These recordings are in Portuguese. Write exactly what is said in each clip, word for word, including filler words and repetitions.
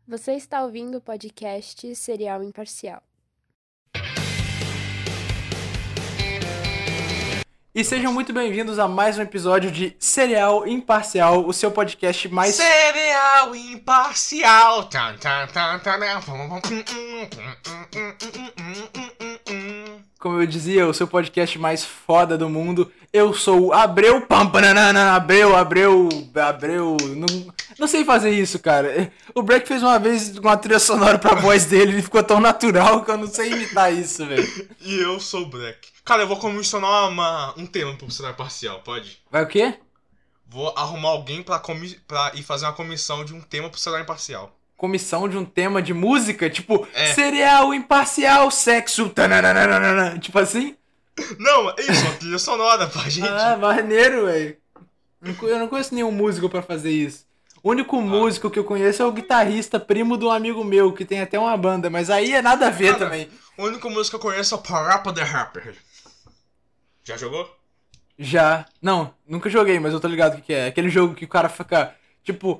Você está ouvindo o podcast Serial Imparcial. E sejam muito bem-vindos a mais um episódio de Serial Imparcial, o seu podcast mais... Serial Imparcial. Tan, tan, tan, tan, Como eu dizia, o seu podcast mais foda do mundo. Eu sou o Abreu... Pam, pananana, Abreu, Abreu... Abreu... Não, não sei fazer isso, cara. O Breck fez uma vez uma trilha sonora pra voz dele e ficou tão natural que eu não sei imitar isso, velho. E eu sou o Black. Cara, eu vou comissionar uma, um tema pro Serial Imparcial, pode? Vai o quê? Vou arrumar alguém pra, comi pra ir fazer uma comissão de um tema pro Serial Imparcial. Comissão de um tema de música? Tipo, É. Serial Imparcial, sexo... Tananana, tipo assim? Não, é isso, uma trilha sonora pra gente. Ah, maneiro, velho. Eu não conheço nenhum músico pra fazer isso. O único músico que eu conheço é o guitarrista, primo de um amigo meu, que tem até uma banda, mas aí é nada a ver Cara, também. O único músico que eu conheço é o Parappa the Rapper. Já jogou? Já. Não, nunca joguei, mas eu tô ligado o que, que é. Aquele jogo que o cara fica, tipo...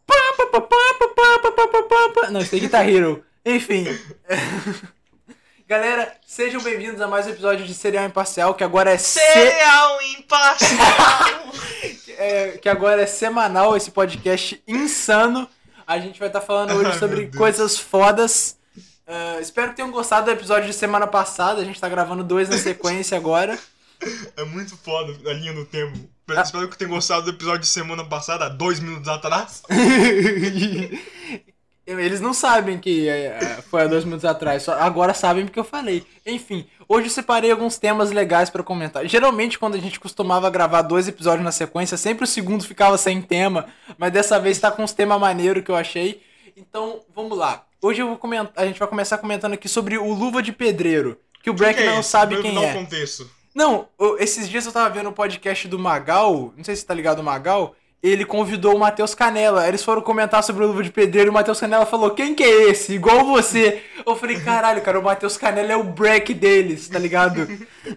Não, isso é Guitar Hero. Enfim. Galera, sejam bem-vindos a mais um episódio de Serial Imparcial, que agora é... se- Serial Imparcial. é, que agora é semanal, esse podcast insano. A gente vai estar falando hoje Ai, sobre meu Deus. coisas fodas. Uh, espero que tenham gostado do episódio de semana passada. A gente tá gravando dois na sequência agora. É muito foda a linha do tempo. Ah. Espero que tenham gostado do episódio de semana passada, há dois minutos atrás. Eles não sabem que é, foi há dois minutos atrás, só agora sabem porque eu falei. Enfim, hoje eu separei alguns temas legais pra comentar. Geralmente, quando a gente costumava gravar dois episódios na sequência, sempre o segundo ficava sem tema, mas dessa vez tá com uns temas maneiros que eu achei. Então, vamos lá. Hoje eu vou comentar, a gente vai começar comentando aqui sobre o Luva de Pedreiro, que o Breck Quem é não esse? sabe Pra eu quem dar um é. contexto. Não, eu- esses dias eu tava vendo o podcast do Magal, não sei se você tá ligado o Magal, ele convidou o Matheus Canella, aí eles foram comentar sobre o Luva de Pedreiro e o Matheus Canella falou, quem que é esse? Igual você. Eu falei, caralho, cara, o Matheus Canella é o break deles, tá ligado?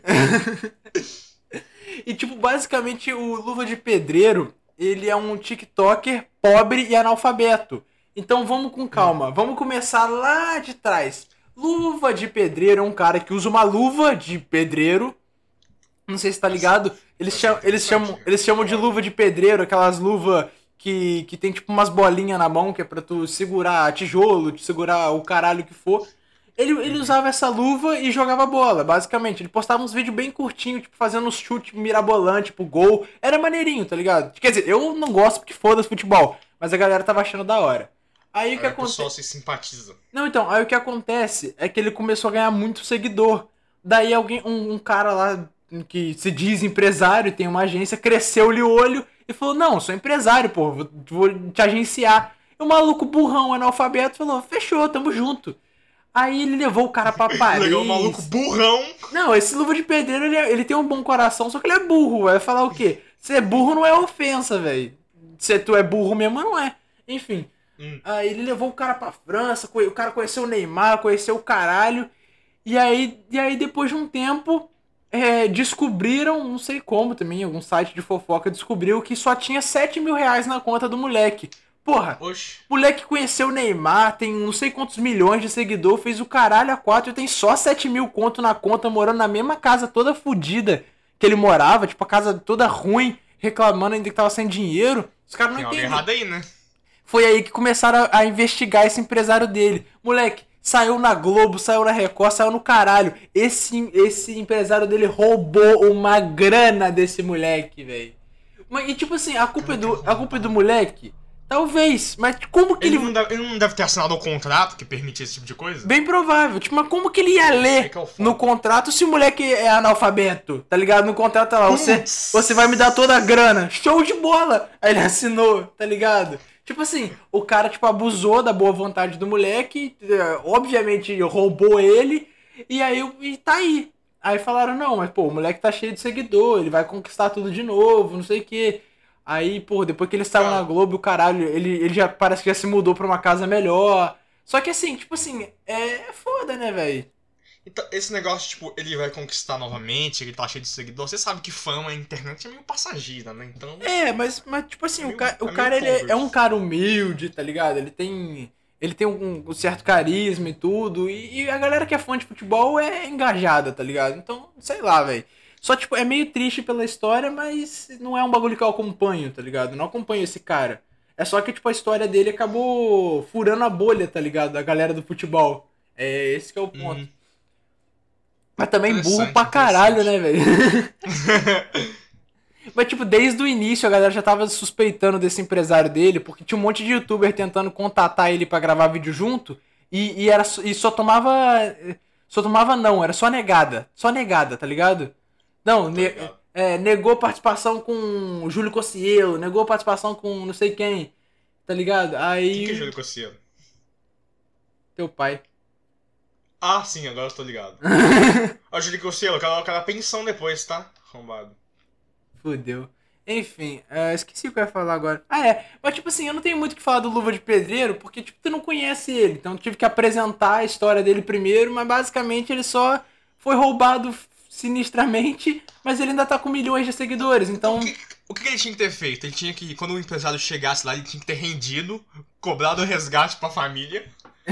E tipo, basicamente o Luva de Pedreiro, ele é um TikToker pobre e analfabeto. Então vamos com calma, vamos começar lá de trás. Luva de Pedreiro é um cara que usa uma luva de pedreiro. Não sei se tá ligado. Eles chamam, eles chamam, eles chamam de luva de pedreiro, aquelas luvas que, que tem tipo umas bolinhas na mão, que é pra tu segurar tijolo, te segurar o caralho que for. Ele, ele usava essa luva e jogava bola, basicamente. Ele postava uns vídeos bem curtinhos, tipo, fazendo uns chutes mirabolantes, tipo, gol. Era maneirinho, tá ligado? Quer dizer, eu não gosto porque foda-se futebol, mas a galera tava achando da hora. Aí o que Aí o acontece... pessoal se simpatiza. Não, então, aí o que acontece é que ele começou a ganhar muito seguidor. Daí alguém, um, um cara lá que se diz empresário, tem uma agência, cresceu-lhe o olho e falou, não, sou empresário, pô, vou, vou te agenciar. E o maluco burrão, analfabeto, falou, fechou, tamo junto. Aí ele levou o cara pra Paris. Legal, o maluco burrão. Não, esse Luva de Pedreiro, ele, é- ele tem um bom coração, só que ele é burro. Vai falar o quê? Ser burro não é ofensa, velho. Se tu é burro mesmo, não é. Enfim. Hum. Aí ele levou o cara pra França, conhe- o cara conheceu o Neymar, conheceu o caralho. E aí, e aí depois de um tempo, é, descobriram, não sei como também, algum site de fofoca descobriu que só tinha sete mil reais na conta do moleque. Porra, Oxi. moleque conheceu o Neymar, tem não sei quantos milhões de seguidor, fez o caralho a quatro e tem só sete mil conto na conta, morando na mesma casa toda fodida que ele morava, tipo a casa toda ruim, reclamando ainda que tava sem dinheiro. Os caras não Tem algo entenderam. errado aí, né? Foi aí que começaram a, a investigar esse empresário dele. Moleque, saiu na Globo, saiu na Record, saiu no caralho. Esse, esse empresário dele roubou uma grana desse moleque, velho. E tipo assim, a culpa, é do, a culpa é do moleque? Talvez, mas como que Ele ele... não, deve, ele não deve ter assinado um contrato que permite esse tipo de coisa? Bem provável. Tipo, mas como que ele ia ler Aí que é o foda. no contrato se o moleque é analfabeto? Tá ligado? No contrato tá lá, você, Putz. você vai me dar toda a grana. Show de bola! Aí ele assinou, tá ligado? Tipo assim, o cara, tipo, abusou da boa vontade do moleque, é, obviamente roubou ele, e aí e tá aí. Aí falaram, não, mas pô, o moleque tá cheio de seguidor, ele vai conquistar tudo de novo, não sei o quê. Aí, pô, depois que ele saiu na Globo, o caralho, ele, ele já parece que já se mudou pra uma casa melhor. Só que assim, tipo assim, é foda, né, velho? Então, esse negócio, tipo, ele vai conquistar novamente, ele tá cheio de seguidor. Você sabe que fama na internet é meio passageira, né? Então. É, mas, mas tipo assim, É o, meio- ca- o é cara meio ele é, é Converse. um cara humilde, tá ligado? Ele tem Ele tem um, um certo carisma e tudo. E, e a galera que é fã de futebol é engajada, tá ligado? Então, sei lá, velho. Só, tipo, é meio triste pela história, mas não é um bagulho que eu acompanho, tá ligado? Não acompanho esse cara. É só que, tipo, a história dele acabou furando a bolha, tá ligado? Da galera do futebol. É esse que é o ponto. Uhum. Mas também burro Interessante, pra caralho, né, interessante. velho? Mas, tipo, desde o início a galera já tava suspeitando desse empresário dele, porque tinha um monte de youtuber tentando contatar ele pra gravar vídeo junto, e, e, era, e só tomava... Só tomava não, era só negada. Só negada, tá ligado? Não, Tô ne- ligado. é, negou participação com o Júlio Cocielo, negou participação com não sei quem, tá ligado? Aí... Quem que é Júlio Cossielo? Teu pai. Ah, sim, agora eu tô ligado. Ó, Júlio Cossielo, eu quero, eu quero a pensão depois, tá? Arrombado. Fudeu. Enfim, eh, esqueci o que eu ia falar agora. Ah, é. Mas, tipo assim, eu não tenho muito o que falar do Luva de Pedreiro, porque, tipo, tu não conhece ele. Então, eu tive que apresentar a história dele primeiro, mas, basicamente, ele só foi roubado sinistramente, mas ele ainda tá com milhões de seguidores. Então, O que, o que ele tinha que ter feito? Ele tinha que, quando o empresário chegasse lá, ele tinha que ter rendido, cobrado o resgate pra família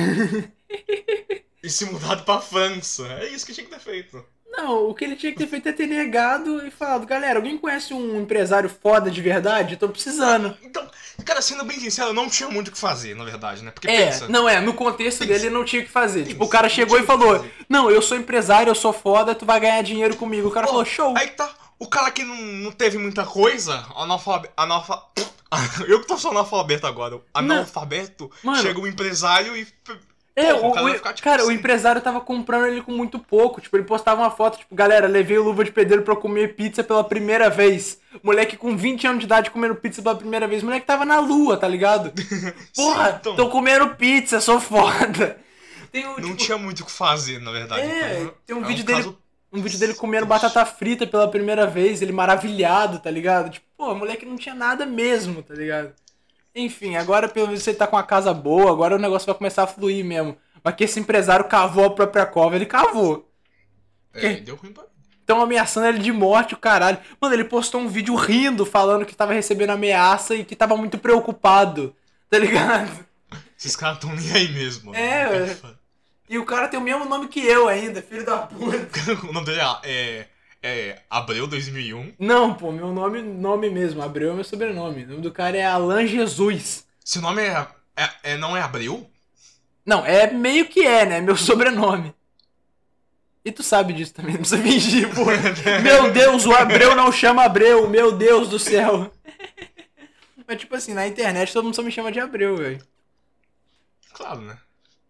e se mudado pra França. É isso que tinha que ter feito. não, o que ele tinha que ter feito é ter negado e falado, galera, alguém conhece um empresário foda de verdade? Eu tô precisando. Então, cara, sendo bem sincero, não tinha muito o que fazer, na verdade, né? Porque É, pensa. não é, no contexto Pensa. dele não tinha o que fazer. Tipo, o Pensa, cara não chegou tinha e o que falou, fazer. não, eu sou empresário, eu sou foda, tu vai ganhar dinheiro comigo. O cara Pô, falou, show. Aí que tá. O cara que não, não teve muita coisa, analfabeto. Analfa... Eu que tô só analfabeto agora. Analfabeto, Mano. chega um empresário e. É, Porra, o, o cara o- vai ficar, tipo, cara, o assim. empresário tava comprando ele com muito pouco. Tipo, ele postava uma foto, tipo, galera, levei o Luva de Pedreiro pra eu comer pizza pela primeira vez. Moleque com vinte anos de idade comendo pizza pela primeira vez. Moleque tava na lua, tá ligado? Porra, Sim, então. tô comendo pizza, sou foda. Tem um, Não tipo, tinha muito o que fazer, na verdade. É, Então, tem um é vídeo dele- caso- um vídeo dele comendo Triste. batata frita pela primeira vez, ele maravilhado, tá ligado? Tipo, pô, o moleque não tinha nada mesmo, tá ligado? Enfim, agora pelo menos ele tá com a casa boa, agora o negócio vai começar a fluir mesmo. Mas que esse empresário cavou a própria cova, ele cavou. É, deu ruim pra. Estão ameaçando ele de morte, o caralho. Mano, ele postou um vídeo rindo, falando que tava recebendo ameaça e que tava muito preocupado, tá ligado? Esses caras tão nem aí mesmo. É, né? ué. E o cara tem o mesmo nome que eu ainda, filho da puta. O nome dele é, é, é Abreu dois mil e um. Não, pô, meu nome, nome mesmo, Abreu é meu sobrenome. O nome do cara é Alan Jesus. Seu nome é, é, é- não é Abreu? Não, é meio que é, né? Meu sobrenome. E tu sabe disso também, não precisa fingir, pô. Meu Deus, o Abreu não chama Abreu, meu Deus do céu. Mas tipo assim, na internet todo mundo só me chama de Abreu, velho. Claro, né?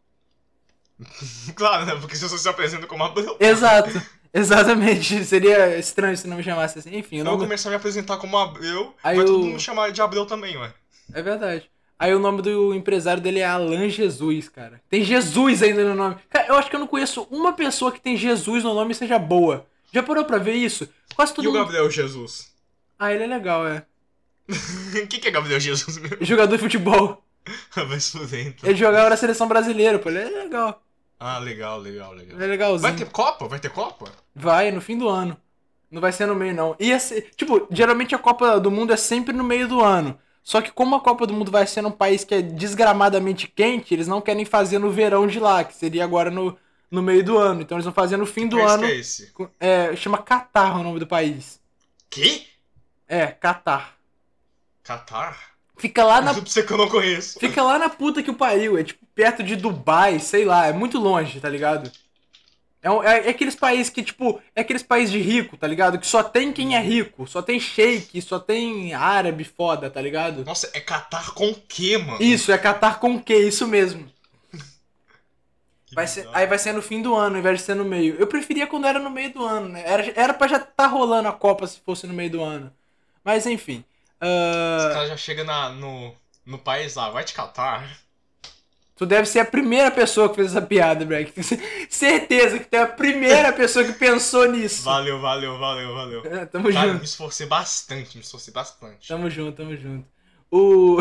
Claro, né? Porque se você se apresenta como Abreu. Exato, exatamente. Seria estranho se não me chamasse assim. Enfim, o Eu vou nome... começar a me apresentar como Abreu, Aí vai eu- todo mundo me chamar de Abreu também, ué. É verdade. Aí o nome do empresário dele é Alan Jesus, cara. Tem Jesus ainda no nome. Cara, eu acho que eu não conheço uma pessoa que tem Jesus no nome e seja boa. Já parou pra ver isso? Quase todo E o mundo... Gabriel Jesus? Ah, ele é legal, é. O que, que é Gabriel Jesus mesmo? Jogador de futebol. Vai se fuder, então. Ele jogava na seleção brasileira, pô. Ele é legal. Ah, legal, legal, legal. Ele é legalzinho. Vai ter Copa? Vai ter Copa? Vai, no fim do ano. Não vai ser no meio, não. Ia ser... Tipo, geralmente a Copa do Mundo é sempre no meio do ano. Só que como a Copa do Mundo vai ser num país que é desgramadamente quente, eles não querem fazer no verão de lá, que seria agora no, no meio do ano. Então eles vão fazer no fim do País ano. que é esse? É, chama Catar o nome do país. Que? É, Catar. Catar? Fica lá na... Juro pra você que eu não conheço. Fica lá na puta que o pariu. É tipo perto de Dubai, sei lá. É muito longe, tá ligado? É, um- é- é aqueles países que, tipo, é aqueles países de rico, tá ligado? Que só tem quem é rico. Só tem sheik, só tem árabe foda, tá ligado? Nossa, é Catar com o quê, mano? Isso, é Catar com Q, isso mesmo. Que Vai ser, bizarro. aí vai ser no fim do ano, ao invés de ser no meio. Eu preferia quando era no meio do ano, né? Era, era pra já tá rolando a Copa se fosse no meio do ano. Mas enfim. Os ah, caras já chegam na, no, no país lá, vai te catar. Tu deve ser a primeira pessoa que fez essa piada, Breck. Tenho certeza que tu é a primeira pessoa que pensou nisso. Valeu, valeu, valeu, valeu. É, tamo Cara, eu junto. me esforcei bastante, me esforcei bastante. Tamo junto, tamo junto. O.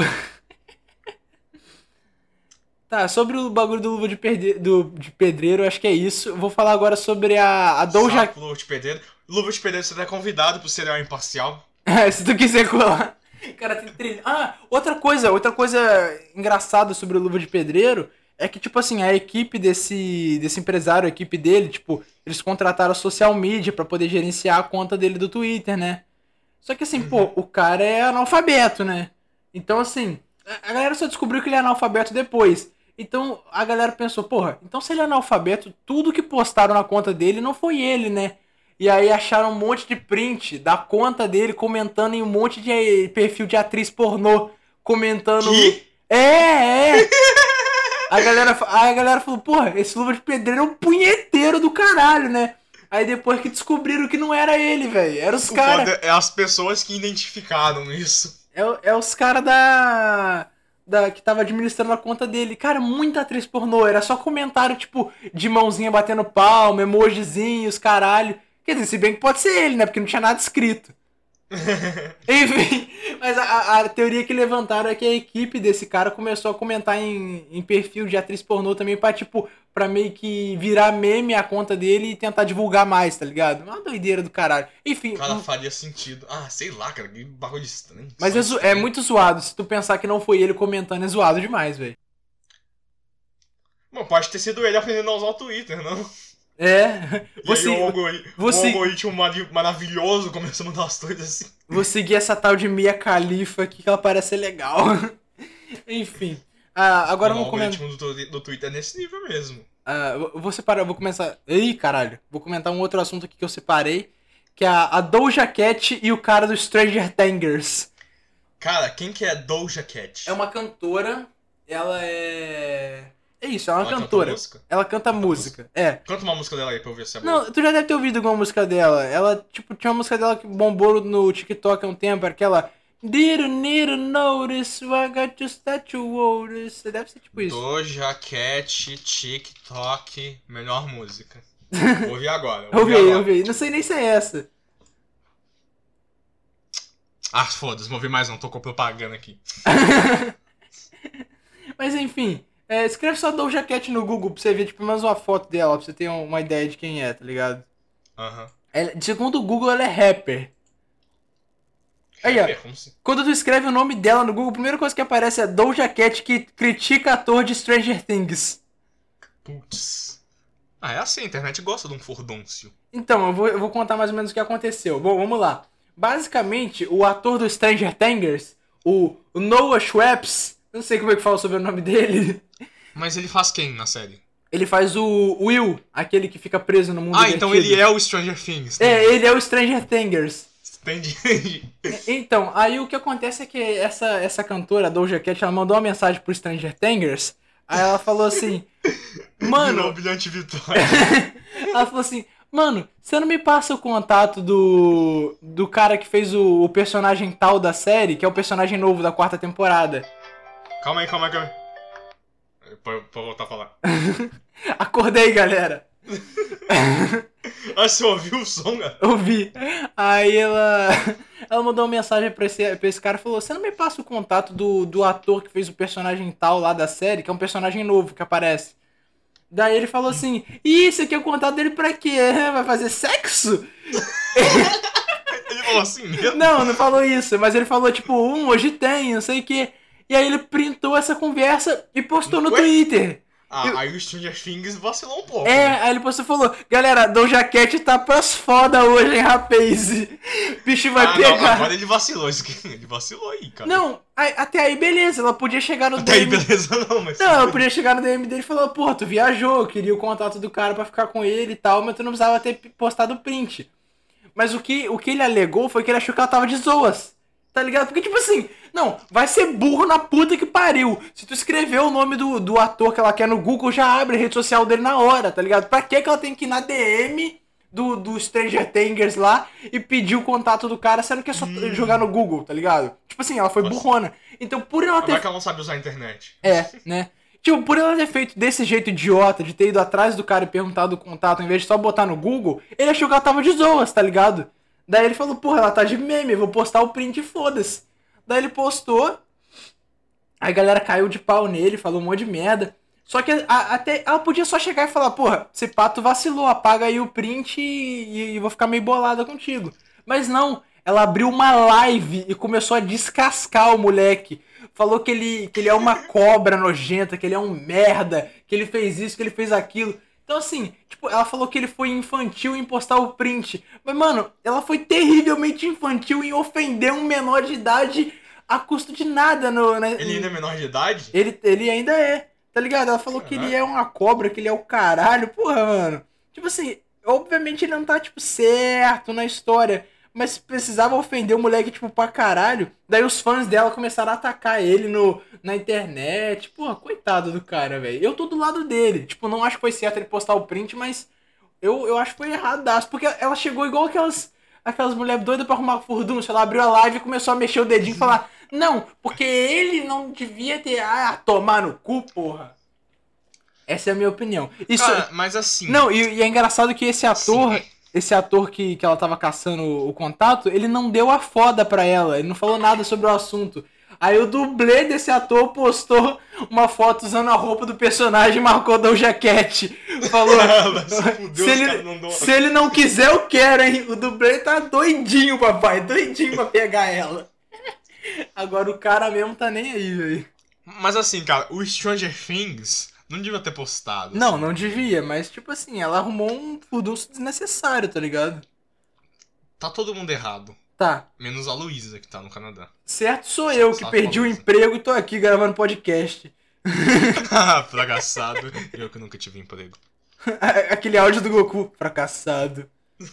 Tá, sobre o bagulho do Luva de, Perde... do... de Pedreiro, eu acho que é isso. Eu vou falar agora sobre a, a Doja. Sapo, Luva de Pedreiro. Luva de Pedreiro, você tá convidado pro serial imparcial. É, se tu quiser colar. Cara, tem trilha. Ah, outra coisa, outra coisa engraçada sobre o Luva de Pedreiro é que, tipo assim, a equipe desse, desse empresário, a equipe dele, tipo, eles contrataram a social media pra poder gerenciar a conta dele do Twitter, né? Só que assim, pô, Uhum. o cara é analfabeto, né? Então, assim, a a galera só descobriu que ele é analfabeto depois. Então, a galera pensou, porra, então se ele é analfabeto, tudo que postaram na conta dele não foi ele, né? E aí acharam um monte de print da conta dele comentando em um monte de eh, perfil de atriz pornô. Comentando. Que? É, é! A galera, fa- aí a galera falou, porra, esse Luva de Pedreiro é um punheteiro do caralho, né? Aí depois que descobriram que não era ele, velho. Era os O caras. foda é as pessoas que identificaram isso. É, o- é os caras da, da. Que tava administrando a conta dele. Cara, muita atriz pornô. Era só comentário, tipo, de mãozinha batendo palma, emojizinhos, caralho. Quer dizer, se bem que pode ser ele, né? Porque não tinha nada escrito. Enfim, mas a, a- a teoria que levantaram é que a equipe desse cara começou a comentar em, em perfil de atriz pornô também pra, tipo, pra meio que virar meme a conta dele e tentar divulgar mais, tá ligado? Uma doideira do caralho. Enfim, Cara, um- faria sentido. Ah, sei lá, cara, que bagulho estranho. mas Só é, zo- é estranho. muito zoado. Se tu pensar que não foi ele comentando, é zoado demais, velho. Bom, pode ter sido ele aprendendo a usar o Twitter, não? É, E você, aí o, algori- você- o algoritmo mari- maravilhoso começou a mandar as coisas assim. vou seguir essa tal de Mia Khalifa aqui que ela parece ser legal. Enfim. Ah, agora o vamos comentar. algoritmo do, tu- do Twitter é nesse nível mesmo. Ah, eu vou separar, eu vou começar. Ih, caralho. Vou comentar um outro assunto aqui que eu separei. Que é a, a Doja Cat e o cara do Stranger Things. Cara, quem que é Doja Cat? É uma cantora. Ela é. É isso, é uma Ela canta cantora. música? Ela canta música. É. Canta uma música dela aí pra eu ver se é boa. Não, tu já deve ter ouvido alguma música dela. Ela, tipo, tinha uma música dela que bombou no TikTok há um tempo, era aquela Didn't need to notice, I got just that you notice. Deve ser tipo isso. Doja Cat, TikTok, melhor música. Vou ouvir agora. Ouvi ouvir aí, agora. ouvi aí. Não sei nem se é essa. Ah, foda-se, não ouvi mais não, tô com propaganda aqui. Mas enfim, é, escreve só Doja Cat no Google pra você ver, tipo, pelo menos uma foto dela, pra você ter uma ideia de quem é, tá ligado? Aham. Ela, segundo o Google, ela é rapper. Aí, ó. Rapper, como assim? Quando tu escreve o nome dela no Google, a primeira coisa que aparece é Doja Cat que critica ator de Stranger Things. Putz. Ah, é assim, a internet gosta de um furdúncio. Então, eu vou, eu vou contar mais ou menos o que aconteceu. Bom, vamos lá. Basicamente, o ator do Stranger Things, o, o Noah Schweppes, não sei como é que fala sobre o nome dele, Mas ele faz quem na série? ele faz o Will, aquele que fica preso no mundo Ah, então invertido. ele é o Stranger Things. É, ele é o Stranger Things. Entendi. Então, aí o que acontece é que essa, essa cantora, Doja Cat, ela mandou uma mensagem pro Stranger Things, aí ela falou assim, Virou mano, brilhante vitória. ela falou assim, mano, você não me passa o contato do, do cara que fez o, o personagem tal da série, que é o personagem novo da quarta temporada. Calma aí, calma aí, calma aí. Pra, pra voltar a falar. Acordei, galera. Ah, você ouviu o som, cara? Ouvi. Aí ela, ela mandou uma mensagem pra esse, pra esse cara e falou: você não me passa o contato do, do ator que fez o personagem tal lá da série, que é um personagem novo que aparece. Daí ele falou assim: ih, esse aqui é o contato dele pra quê? Vai fazer sexo? Ele falou assim mesmo? Não, não falou isso, mas ele falou tipo, um, hoje tem, não sei o quê. E aí ele printou essa conversa e postou no Ué? Twitter. Ah, aí o Stranger Things vacilou um pouco. É, né? aí ele postou e falou: galera, Doja Cat tá pras foda hoje, hein, rapaz? Bicho vai Ah, não, pegar. agora ele vacilou. isso que- Ele vacilou aí, cara. Não, aí- até aí beleza, ela podia chegar no Até aí, D M. beleza, não, mas. Não, ela podia chegar no D M dele e falar, pô, tu viajou, eu queria o contato do cara pra ficar com ele e tal, mas tu não precisava ter postado o print. Mas o que, o que ele alegou foi que ele achou que ela tava de zoas. Tá ligado? Porque, tipo assim, não, vai ser burro na puta que pariu. Se tu escrever o nome do, do ator que ela quer no Google, já abre a rede social dele na hora, tá ligado? Pra que que ela tem que ir na D M do, do Stranger Things lá e pedir o contato do cara, sendo que é só Hum. jogar no Google, tá ligado? Tipo assim, ela foi Nossa. burrona. Então, por ela Como é ter... que ela não sabe usar a internet? É, né? Tipo, por ela ter feito desse jeito idiota, de ter ido atrás do cara e perguntado o contato, em vez de só botar no Google, ele achou que ela tava de zoas, tá ligado? Daí ele falou, porra, ela tá de meme, vou postar o print e foda-se. Daí ele postou, a galera caiu de pau nele, falou um monte de merda. Só que a- até ela podia só chegar e falar, porra, esse pato vacilou, apaga aí o print e, e vou ficar meio bolada contigo. Mas não, ela abriu uma live e começou a descascar o moleque. Falou que ele, que ele é uma cobra nojenta, que ele é um merda, que ele fez isso, que ele fez aquilo. Então, assim, tipo, ela falou que ele foi infantil em postar o print. Mas, mano, ela foi terrivelmente infantil em ofender um menor de idade a custo de nada. No, né? Ele ainda é menor de idade? Ele, ele ainda é, tá ligado? Ela falou Caraca. que ele é uma cobra, que ele é o caralho. Porra, mano. Tipo assim, obviamente ele não tá, tipo, certo na história. Mas precisava ofender o moleque, tipo, pra caralho. Daí os fãs dela começaram a atacar ele no, na internet. Porra, coitado do cara, velho. Eu tô do lado dele. Tipo, não acho que foi certo ele postar o print, mas eu, eu acho que foi erradaço. Porque ela chegou igual aquelas, aquelas mulheres doidas pra arrumar furdunço. Ela abriu a live e começou a mexer o dedinho e falar: não, porque ele não devia ter... Ah, tomar no cu, porra. Essa é a minha opinião. Isso... Cara, mas assim... Não, e, e é engraçado que esse ator... Sim. Esse ator que, que ela tava caçando o, o contato, ele não deu a foda pra ela. Ele não falou nada sobre o assunto. Aí o dublê desse ator postou uma foto usando a roupa do personagem e marcou Doja Cat. Falou, fudeu, se, ele, não dão... se ele não quiser, eu quero, hein? O dublê tá doidinho, papai. Doidinho pra pegar ela. Agora o cara mesmo tá nem aí, velho. Mas assim, cara, o Stranger Things não devia ter postado. Não, assim. não devia, mas tipo assim, ela arrumou um furdunço desnecessário, tá ligado? Tá todo mundo errado. Tá. Menos a Luísa, que tá no Canadá. Certo sou eu que Só perdi o falando. emprego e tô aqui gravando podcast. Fragaçado. Eu que nunca tive emprego. Aquele áudio do Goku, fracassado.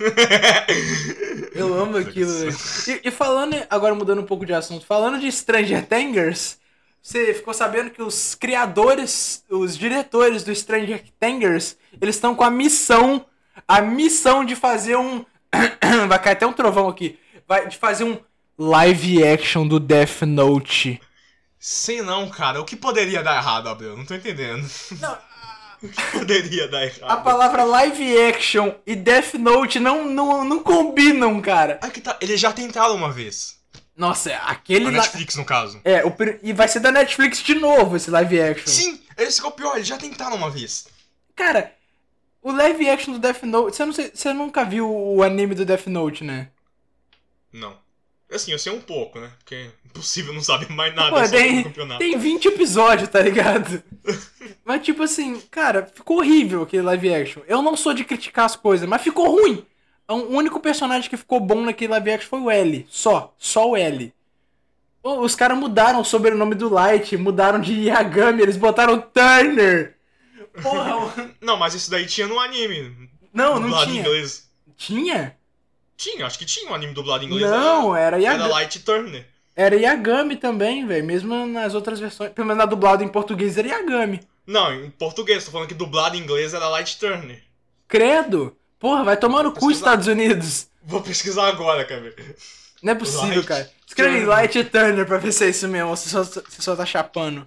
Eu amo aquilo, velho. E, e falando, agora mudando um pouco de assunto, falando de Stranger Things, você ficou sabendo que os criadores, os diretores do Stranger Things, eles estão com a missão, a missão de fazer um... Vai cair até um trovão aqui. Vai, de fazer um live action do Death Note. Sei não, cara. O que poderia dar errado, Abreu? Não tô entendendo. Não, O que poderia dar errado? a palavra live action e Death Note não, não, não combinam, cara. Ah, que tá. Eles já tentaram uma vez. Nossa, aquele... Na lá- Netflix, no caso. É, o, pri- e vai ser da Netflix de novo esse live action. Sim, esse que é o pior. Eles já tentaram uma vez. Cara, o live action do Death Note... Você, não sei, você nunca viu o anime do Death Note, né? Não. Assim, eu sei um pouco, né? Porque é impossível não saber mais nada Pô, só tem, do campeonato. tem vinte episódios, tá ligado? Mas tipo assim, cara, ficou horrível aquele live action. Eu não sou de criticar as coisas, mas ficou ruim. O único personagem que ficou bom naquele live action foi o L. Só. Só o L. Ô, Os caras mudaram o sobrenome do Light, mudaram de Yagami, eles botaram Turner. Porra, o- Não, mas isso daí tinha no anime. não, não dublado em tinha. inglês. Tinha? Tinha, acho que tinha um anime dublado em inglês. Não, era era, era Yagami. Light Turner. Era Yagami também, velho. Mesmo nas outras versões. Pelo menos na dublada em português era Yagami. Não, em português, tô falando que dublado em inglês era Light Turner. Credo. Porra, vai tomar no cu, Pesquisar. Estados Unidos. Vou pesquisar agora, cara. Não é possível, Light cara. Escreve Turner. Light Turner pra ver se é isso mesmo. Ou Você só, você só tá chapando.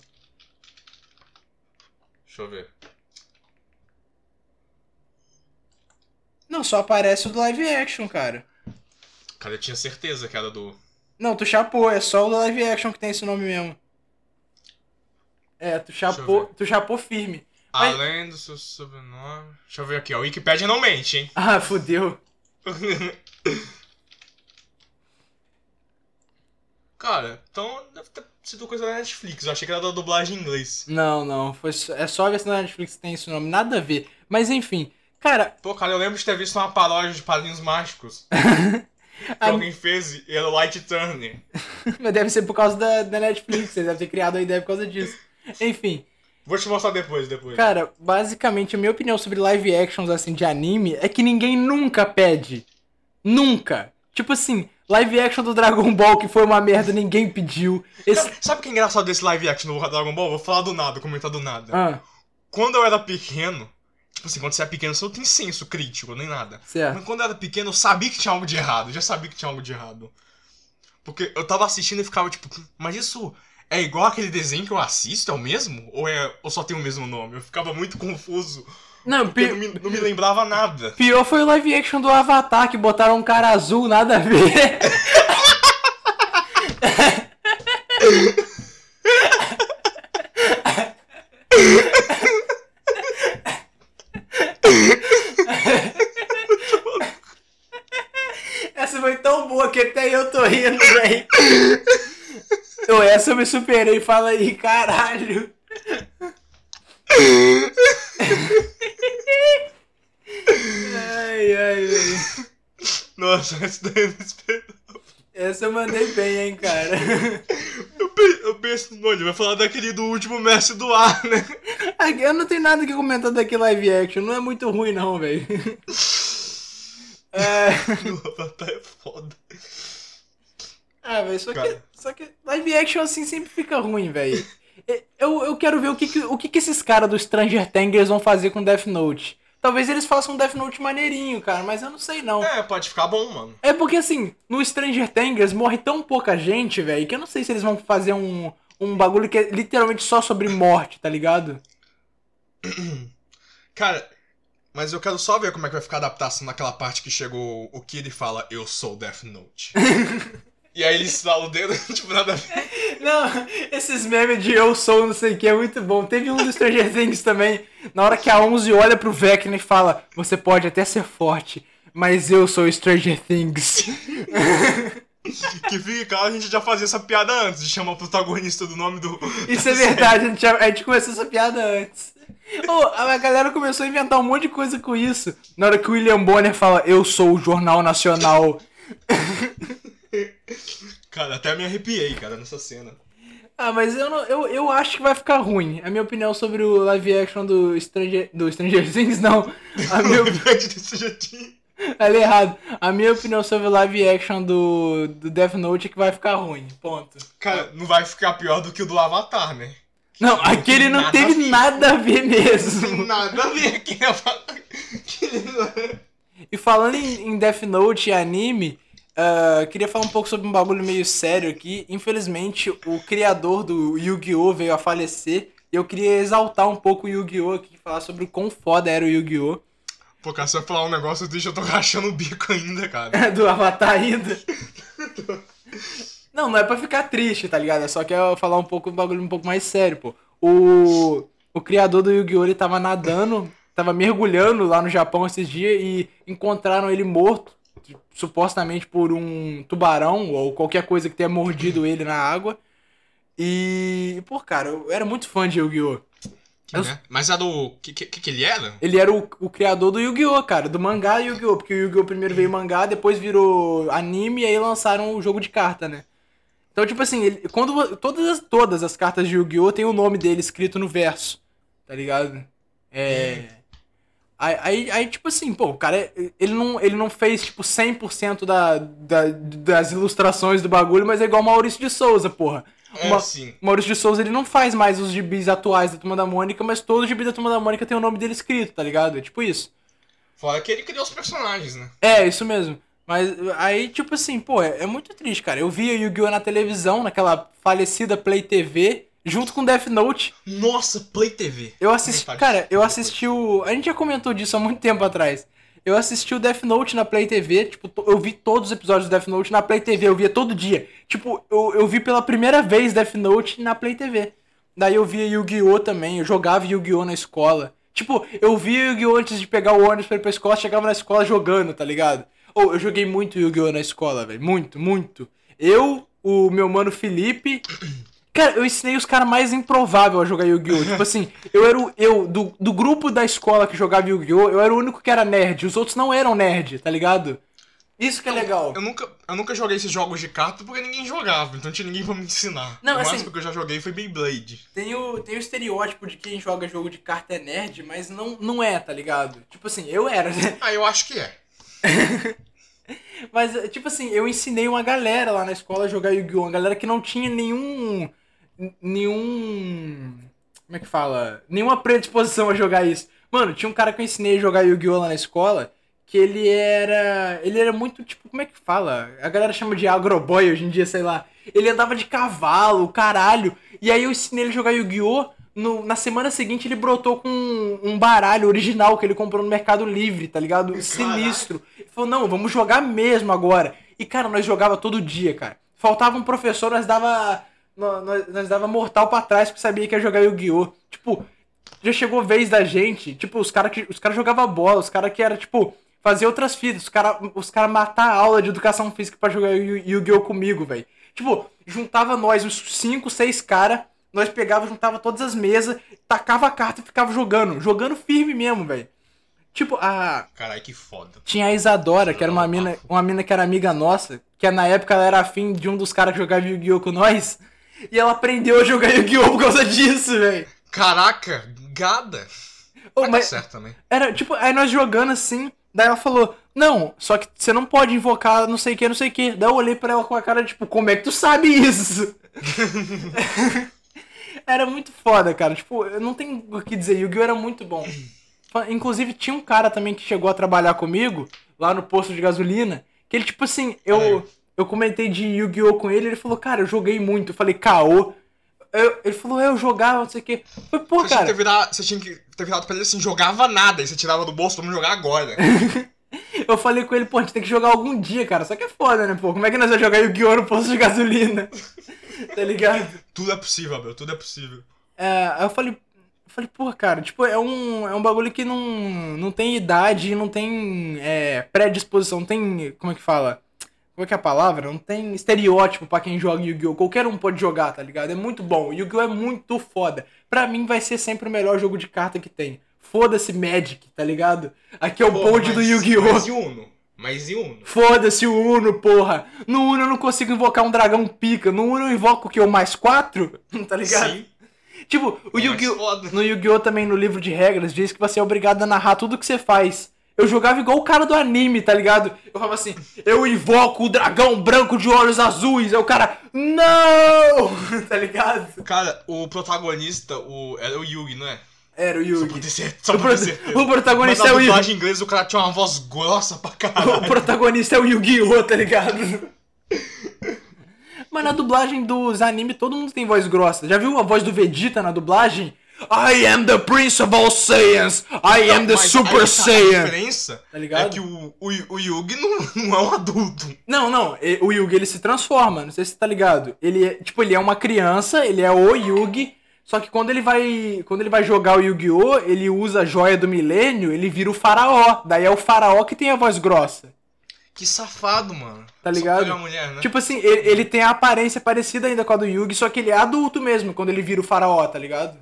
Deixa eu ver. Não, só aparece o do live action, cara. Cara, eu tinha certeza que era do... Não, tu chapou. É só o do live action que tem esse nome mesmo. É, tu Deixa eu chapou, ver. tu chapou firme. Mas- Além do seu sobrenome... Deixa eu ver aqui, ó. O Wikipedia não mente, hein? Ah, fudeu. Cara, então deve ter sido coisa da Netflix. Eu achei que era da dublagem em inglês. Não, não. Foi só- é só a versão da Netflix que tem esse nome. Nada a ver. Mas enfim. Cara, Pô, cara, eu lembro de ter visto uma paródia de Padrinhos Mágicos. Que a- alguém fez e era o Light Turner. mas deve ser por causa da, da Netflix. Eles devem ter criado a ideia por causa disso. Enfim. Vou te mostrar depois, depois. Cara, basicamente a minha opinião sobre live actions assim de anime é que ninguém nunca pede. Nunca. Tipo assim, live action do Dragon Ball que foi uma merda, ninguém pediu. Esse... Cara, sabe o que é engraçado desse live action do Dragon Ball? Vou falar do nada, comentar do nada. Ah, Quando eu era pequeno, tipo assim, quando você é pequeno, você não tem senso crítico, nem nada. certo. Mas quando eu era pequeno, eu sabia que tinha algo de errado. Eu já sabia que tinha algo de errado. Porque eu tava assistindo e ficava tipo, mas isso é igual aquele desenho que eu assisto? É o mesmo? Ou, é, ou só tem o mesmo nome? Eu ficava muito confuso. Não, Porque pi- eu não me, não me lembrava nada. pior foi o live action do Avatar que botaram um cara azul, nada a ver. Essa foi tão boa que até aí eu tô rindo, velho. Ô, essa eu me superei, fala aí, caralho. Ai, ai, velho. Nossa, essa daí eu não esperava. Essa eu mandei bem, hein, cara. Eu, pe- eu penso, olha, vai falar daquele do último mestre do ar, né? Aqui, eu não tenho nada que comentar daquele live action, não é muito ruim não, velho. É... O Avatar é foda. Ah, velho, só que, Cara. só que live action assim sempre fica ruim, velho. Eu, eu quero ver o que, que, o que, que esses caras do Stranger Things vão fazer com Death Note. Talvez eles façam um Death Note maneirinho, cara, mas eu não sei não. É, pode ficar bom, mano. É porque assim, no Stranger Things morre tão pouca gente, velho, que eu não sei se eles vão fazer um, um bagulho que é literalmente só sobre morte, tá ligado? Cara, mas eu quero só ver como é que vai ficar a adaptação naquela parte que chegou o Kid e fala, eu sou Death Note. E aí ele estrala o dedo, tipo, nada a ver. Não, esses memes de eu sou não sei o que é muito bom. Teve um do Stranger Things também, na hora que a onze olha pro Vecna e fala, você pode até ser forte, mas eu sou Stranger Things. Que fica claro, a gente já fazia essa piada antes, de chamar o protagonista do nome do... Isso é verdade, a gente, já- a gente começou essa piada antes. Oh, a galera começou a inventar um monte de coisa com isso. Na hora que o William Bonner fala, eu sou o Jornal Nacional. Cara, até me arrepiei, cara, nessa cena. Ah, mas eu, não, eu, eu acho que vai ficar ruim. A minha opinião sobre o live action do Stranger, do Stranger Things, não. A minha, desse jeitinho. falei errado. A minha opinião sobre o live action do, do Death Note é que vai ficar ruim. Ponto. Cara, não vai ficar pior do que o do Avatar, né? Não, aquele não nada a teve ver. nada a ver Tem mesmo. nada a ver aqui, Avatar. E falando em, em Death Note e anime, ah, queria falar um pouco sobre um bagulho meio sério aqui. Infelizmente, o criador do Yu-Gi-Oh! Veio a falecer. E eu queria exaltar um pouco o Yu-Gi-Oh! Aqui, falar sobre o quão foda era o Yu-Gi-Oh! Pô, cara, você vai falar um negócio, deixa eu tô rachando o bico ainda, cara. Do Avatar ainda. Não, não é pra ficar triste, tá ligado? É só que eu falar um pouco um bagulho um pouco mais sério, pô. O, o criador do Yu-Gi-Oh! Ele tava nadando, tava mergulhando lá no Japão esses dias e encontraram ele morto, supostamente por um tubarão ou qualquer coisa que tenha mordido ele na água. E, pô, cara, eu era muito fã de Yu-Gi-Oh! Que, né? Mas a do... Que, que, que ele era? Ele era o, o criador do Yu-Gi-Oh, cara, do mangá Yu-Gi-Oh, porque o Yu-Gi-Oh primeiro veio mangá, depois virou anime e aí lançaram o jogo de carta, né? Então, tipo assim, ele, quando todas as, todas as cartas de Yu-Gi-Oh tem o nome dele escrito no verso, tá ligado? É... Aí, aí, aí, tipo assim, pô, o cara, ele não, ele não fez, tipo, cem por cento da, da, das ilustrações do bagulho, mas é igual o Maurício de Souza, porra. É, Ma- sim. Maurício de Souza, ele não faz mais os gibis atuais da Turma da Mônica, mas todo o gibi da Turma da Mônica tem o nome dele escrito, tá ligado? É tipo isso. Fora que ele criou os personagens, né? É, isso mesmo. Mas aí, tipo assim, pô, é, é muito triste, cara. Eu via Yu-Gi-Oh! Na televisão, naquela falecida Play T V, junto com Death Note. Nossa, Play T V. Eu assisti, Verdade. cara, eu assisti o... A gente já comentou disso há muito tempo atrás. Eu assisti o Death Note na Play T V, tipo, to- eu vi todos os episódios do Death Note na Play T V, eu via todo dia. Tipo, eu, eu vi pela primeira vez Death Note na Play T V. Daí eu via Yu-Gi-Oh! Também, eu jogava Yu-Gi-Oh! Na escola. Tipo, eu via Yu-Gi-Oh! Antes de pegar o ônibus pra ir pra escola, chegava na escola jogando, tá ligado? Ou eu joguei muito Yu-Gi-Oh! Na escola, velho, muito, muito. Eu, o meu mano Felipe... Cara, eu ensinei os caras mais improváveis a jogar Yu-Gi-Oh! Tipo assim, eu era o. Eu, do, do grupo da escola que jogava Yu-Gi-Oh! Eu era o único que era nerd. Os outros não eram nerd, tá ligado? Isso que é legal. Eu nunca, eu nunca joguei esses jogos de carta porque ninguém jogava, então não tinha ninguém pra me ensinar. Não, o assim- máximo que eu já joguei foi Beyblade. Tem o, tem o estereótipo de quem joga jogo de carta é nerd, mas não, não é, tá ligado? Tipo assim, eu era, né? Ah, eu acho que é. Mas, tipo assim, eu ensinei uma galera lá na escola a jogar Yu-Gi-Oh! Uma galera que não tinha nenhum. Nenhum. Como é que fala? Nenhuma predisposição a jogar isso. Mano, tinha um cara que eu ensinei a jogar Yu-Gi-Oh! Lá na escola. Que ele era. Ele era muito, tipo, como é que fala? A galera chama de agroboy hoje em dia, sei lá. Ele andava de cavalo, caralho. E aí eu ensinei ele a jogar Yu-Gi-Oh! No, na semana seguinte ele brotou com um, um baralho original que ele comprou no Mercado Livre, tá ligado? Sinistro. Ele falou, não, vamos jogar mesmo agora. E, cara, nós jogava todo dia, cara. Faltava um professor, nós dava. nó- Nós, nós dava mortal pra trás porque sabia que ia jogar Yu-Gi-Oh! Tipo, já chegou a vez da gente. Tipo, os caras que os cara jogavam bola, os caras que era, tipo. fazer outras fitas. Os caras os cara matar a aula de educação física pra jogar Yu- Yu-Gi-Oh! Comigo, velho. Tipo, juntava nós, uns cinco, seis caras, nós pegava, juntava todas as mesas, tacava a carta e ficava jogando. Jogando firme mesmo, velho. Tipo, a... Caralho, que foda. Tinha a Isadora, que era uma mina, uma mina que era amiga nossa, que na época ela era afim de um dos caras que jogava Yu-Gi-Oh! Com nós, e ela aprendeu a jogar Yu-Gi-Oh! Por causa disso, velho. Caraca, gada. Ô, Mas mas tá certo também. era, tipo, aí nós jogando assim, daí ela falou, não, só que você não pode invocar não sei o que, não sei o que. Daí eu olhei pra ela com a cara, tipo, como é que tu sabe isso? Era muito foda, cara, tipo, eu não tenho o que dizer, Yu-Gi-Oh! Era muito bom. Inclusive, tinha um cara também que chegou a trabalhar comigo, lá no posto de gasolina, que ele, tipo assim, eu, eu comentei de Yu-Gi-Oh! Com ele, ele falou, cara, eu joguei muito. Eu falei, caô. Eu, ele falou, é, eu jogava, não sei o que. Eu falei, pô, Você cara... tinha, que virar, você tinha que ter virado pra ele assim, jogava nada, e você tirava do bolso, vamos jogar agora. Eu falei com ele, pô, a gente tem que jogar algum dia, cara. Só que é foda, né, pô? Como é que nós vamos jogar Yu-Gi-Oh! No posto de gasolina? Tá ligado? Tudo é possível, Abel, tudo é possível. É, aí eu falei, eu falei, pô, cara, tipo, é um, é um bagulho que não, não tem idade, não tem é, predisposição, não tem, como é que fala? Como é que é a palavra? Não tem estereótipo pra quem joga Yu-Gi-Oh! Qualquer um pode jogar, tá ligado? É muito bom. Yu-Gi-Oh! É muito foda. Pra mim vai ser sempre o melhor jogo de carta que tem. Foda-se Magic, tá ligado? Aqui é o Porra, bonde do mas- Yu-Gi-Oh! Mas e Uno? Mas e Uno? Foda-se o Uno, porra. No Uno eu não consigo invocar um dragão pica. No Uno eu invoco o que? O mais quatro? Tá ligado? Sim. Tipo, o É mais Yu-Gi-Oh! foda. No Yu-Gi-Oh! Também, no livro de regras, diz que você é obrigado a narrar tudo que você faz. Eu jogava igual o cara do anime, tá ligado? Eu falava assim, eu invoco o dragão branco de olhos azuis. Aí o cara, não! Tá ligado? Cara, o protagonista, o, era o Yugi, não é? Era o Só pra Yugi. ter cer- só O, pra ter pro- certeza. o protagonista Mas é na o Yugi. dublagem inglesa o cara tinha uma voz grossa pra caralho. O protagonista é o Yu-Gi-Oh!, tá ligado? Mas na dublagem dos animes todo mundo tem voz grossa. Já viu a voz do Vegeta na dublagem? I am the Prince of all Saiyans. I am the Mas Super aí tá, a Saiyan. diferença Tá ligado? é que o, o, o Yugi não, não é um adulto. Não, não. e- O Yugi ele se transforma. Não sei se você tá ligado. Ele é, tipo, ele é uma criança. Ele é o Yugi. Só que quando ele vai, quando ele vai jogar o Yu-Gi-Oh, ele usa a joia do milênio. Ele vira o faraó. Daí é o faraó que tem a voz grossa. Que safado, mano. Tá Só ligado? pegar a mulher, né? Tipo assim, ele, ele tem a aparência parecida ainda com a do Yugi, só que ele é adulto mesmo quando ele vira o faraó, tá ligado?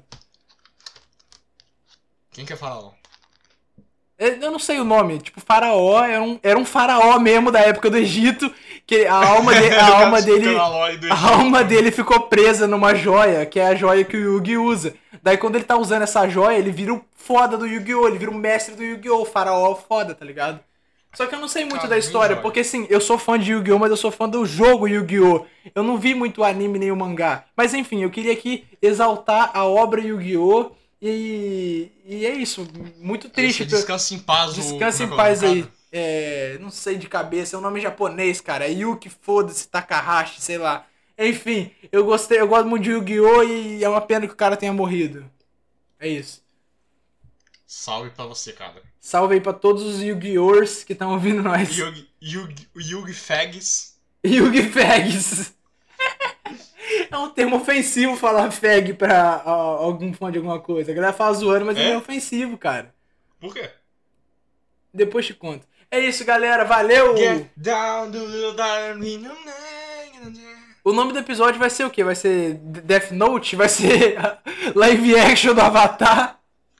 Quem quer falar? Ó? Eu eu não sei o nome, tipo, faraó era um, era um faraó mesmo da época do Egito, que a alma, de, a alma dele. A alma dele ficou presa numa joia, que é a joia que o Yugi usa. Daí quando ele tá usando essa joia, ele vira o foda do Yu-Gi-Oh! Ele vira o mestre do Yu-Gi-Oh! O faraó foda, tá ligado? Só que eu não sei muito Cara, da bem história, joia. porque assim, eu sou fã de Yu-Gi-Oh! Mas eu sou fã do jogo Yu-Gi-Oh! Eu não vi muito o anime nem o mangá. Mas enfim, eu queria aqui exaltar a obra Yu-Gi-Oh! E, e é isso, muito triste. Deixa, descansa em paz. o- Descansa em como é paz que é o nome aí. do cara? É, não sei de cabeça, é um nome japonês, cara. É Yuki, foda-se, Takahashi, sei lá. Enfim, eu gostei, eu gosto muito de Yu-Gi-Oh! E é uma pena que o cara tenha morrido. É isso. Salve pra você, cara. Salve aí pra todos os Yu-Gi-Ohs que estão ouvindo nós. Yugi, Yugi, Yugi Fags. Yugi Fags. É um termo ofensivo falar fag pra ó, algum fã de alguma coisa. A galera fala zoando, mas É? ele é ofensivo, cara. Por quê? Depois te conto. É isso, galera. Valeu! Get down to the darling. O nome do episódio vai ser o quê? Vai ser Death Note? Vai ser live action do Avatar?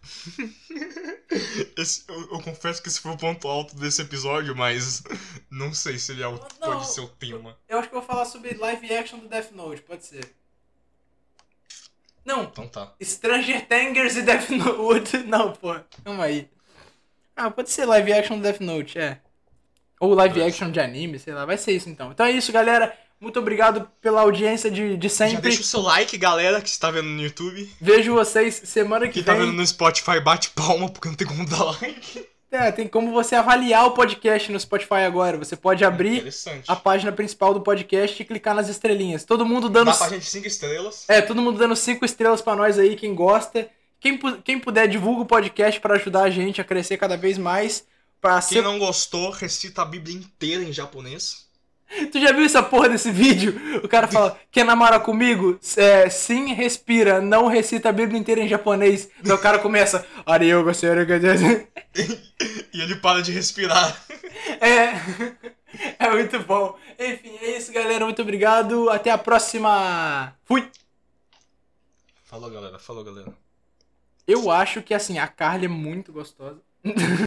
Esse, eu, eu confesso que esse foi o ponto alto desse episódio, mas não sei se ele é o, Não. pode ser o tema. Eu acho que eu vou falar sobre live action do Death Note, pode ser. Não, Então tá. Stranger Things e Death Note. Não, pô, calma aí. Ah, pode ser live action do Death Note, é. Ou live Beleza. action de anime, sei lá, vai ser isso então. Então é isso, galera. Muito obrigado pela audiência de, de Já sempre. deixa o seu like, galera, que está vendo no YouTube. Vejo vocês semana que Quem tá vem. vendo no Spotify, bate palma, porque não tem como dar like. É, tem como você avaliar o podcast no Spotify agora. Você pode abrir Interessante. a página principal do podcast e clicar nas estrelinhas. Todo mundo dando. Dá pra gente cinco estrelas. É, todo mundo dando cinco estrelas pra nós aí, quem gosta. Quem, pu- quem puder, divulga o podcast pra ajudar a gente a crescer cada vez mais. Pra Quem ser... não gostou, recita a Bíblia inteira em japonês. Tu já viu essa porra desse vídeo? O cara fala, quer namorar comigo? É, sim, respira, não recita a Bíblia inteira em japonês. Então o cara começa, Ariogo, senhor. E ele para de respirar. É, é muito bom. Enfim, é isso, galera. Muito obrigado. Até a próxima. Fui! Falou, galera. Falou, galera. Eu acho que, assim, a Carly é muito gostosa.